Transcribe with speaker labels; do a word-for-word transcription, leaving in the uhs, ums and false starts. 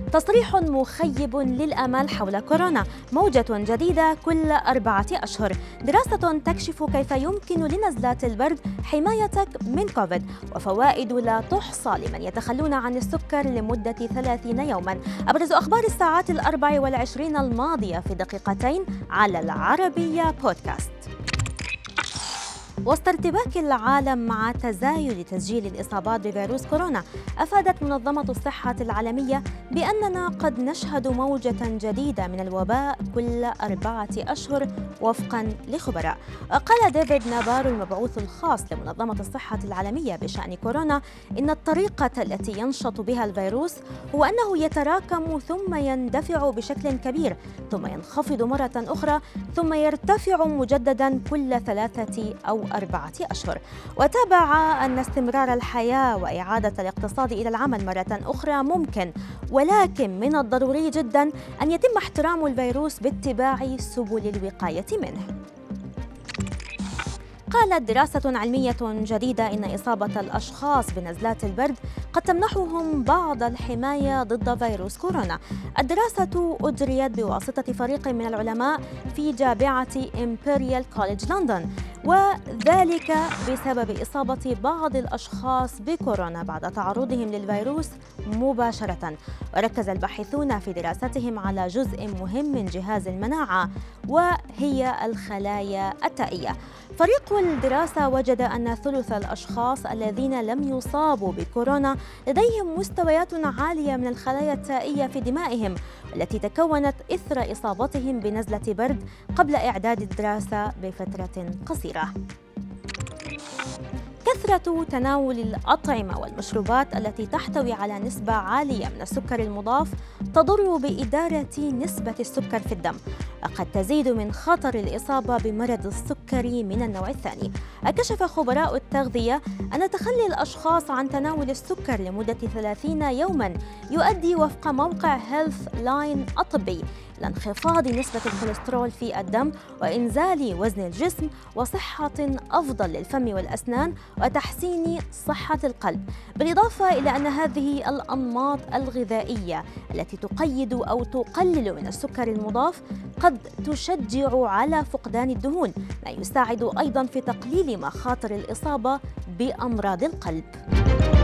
Speaker 1: تصريح مخيب للآمال حول كورونا، موجة جديدة كل أربعة أشهر. دراسة تكشف كيف يمكن لنزلات البرد حمايتك من كوفيد، وفوائد لا تحصى لمن يتخلون عن السكر لمدة ثلاثين يوما. أبرز أخبار الساعات الأربع والعشرين الماضية في دقيقتين على العربية بودكاست. وسط ارتباك العالم مع تزايد تسجيل الإصابات بفيروس كورونا، أفادت منظمة الصحة العالمية بأننا قد نشهد موجة جديدة من الوباء كل أربعة أشهر وفقاً لخبراء. قال ديفيد نابارو المبعوث الخاص لمنظمة الصحة العالمية بشأن كورونا إن الطريقة التي ينشط بها الفيروس هو أنه يتراكم ثم يندفع بشكل كبير، ثم ينخفض مرة أخرى، ثم يرتفع مجدداً كل ثلاثة أو أربعة أشهر. وتابع أن استمرار الحياة وإعادة الاقتصاد إلى العمل مرة أخرى ممكن، ولكن من الضروري جدا أن يتم احترام الفيروس باتباع سبل الوقاية منه. قالت دراسة علمية جديدة إن إصابة الأشخاص بنزلات البرد قد تمنحهم بعض الحماية ضد فيروس كورونا. الدراسة أجريت بواسطة فريق من العلماء في جامعة إمبريال كوليدج لندن، وذلك بسبب إصابة بعض الأشخاص بكورونا بعد تعرضهم للفيروس مباشرة. وركز الباحثون في دراستهم على جزء مهم من جهاز المناعة، وهي الخلايا التائية. فريق الدراسة وجد أن ثلث الأشخاص الذين لم يصابوا بكورونا لديهم مستويات عالية من الخلايا التائية في دمائهم، التي تكونت إثر إصابتهم بنزلة برد قبل إعداد الدراسة بفترة قصيرة. كثرة تناول الأطعمة والمشروبات التي تحتوي على نسبة عالية من السكر المضاف تضر بإدارة نسبة السكر في الدم، وقد تزيد من خطر الإصابة بمرض السكري من النوع الثاني. كشف خبراء التغذية أن تخلي الأشخاص عن تناول السكر لمدة ثلاثين يوماً يؤدي وفق موقع هيلث لاين الطبي إلى انخفاض نسبة الكوليسترول في الدم وإنزال وزن الجسم وصحة أفضل للفم والأسنان وتحسين صحة القلب، بالإضافة إلى أن هذه الأنماط الغذائية التي تقيد أو تقلل من السكر المضاف قد تشجع على فقدان الدهون، ما يساعد أيضاً في تقليل مخاطر الإصابة بأمراض القلب.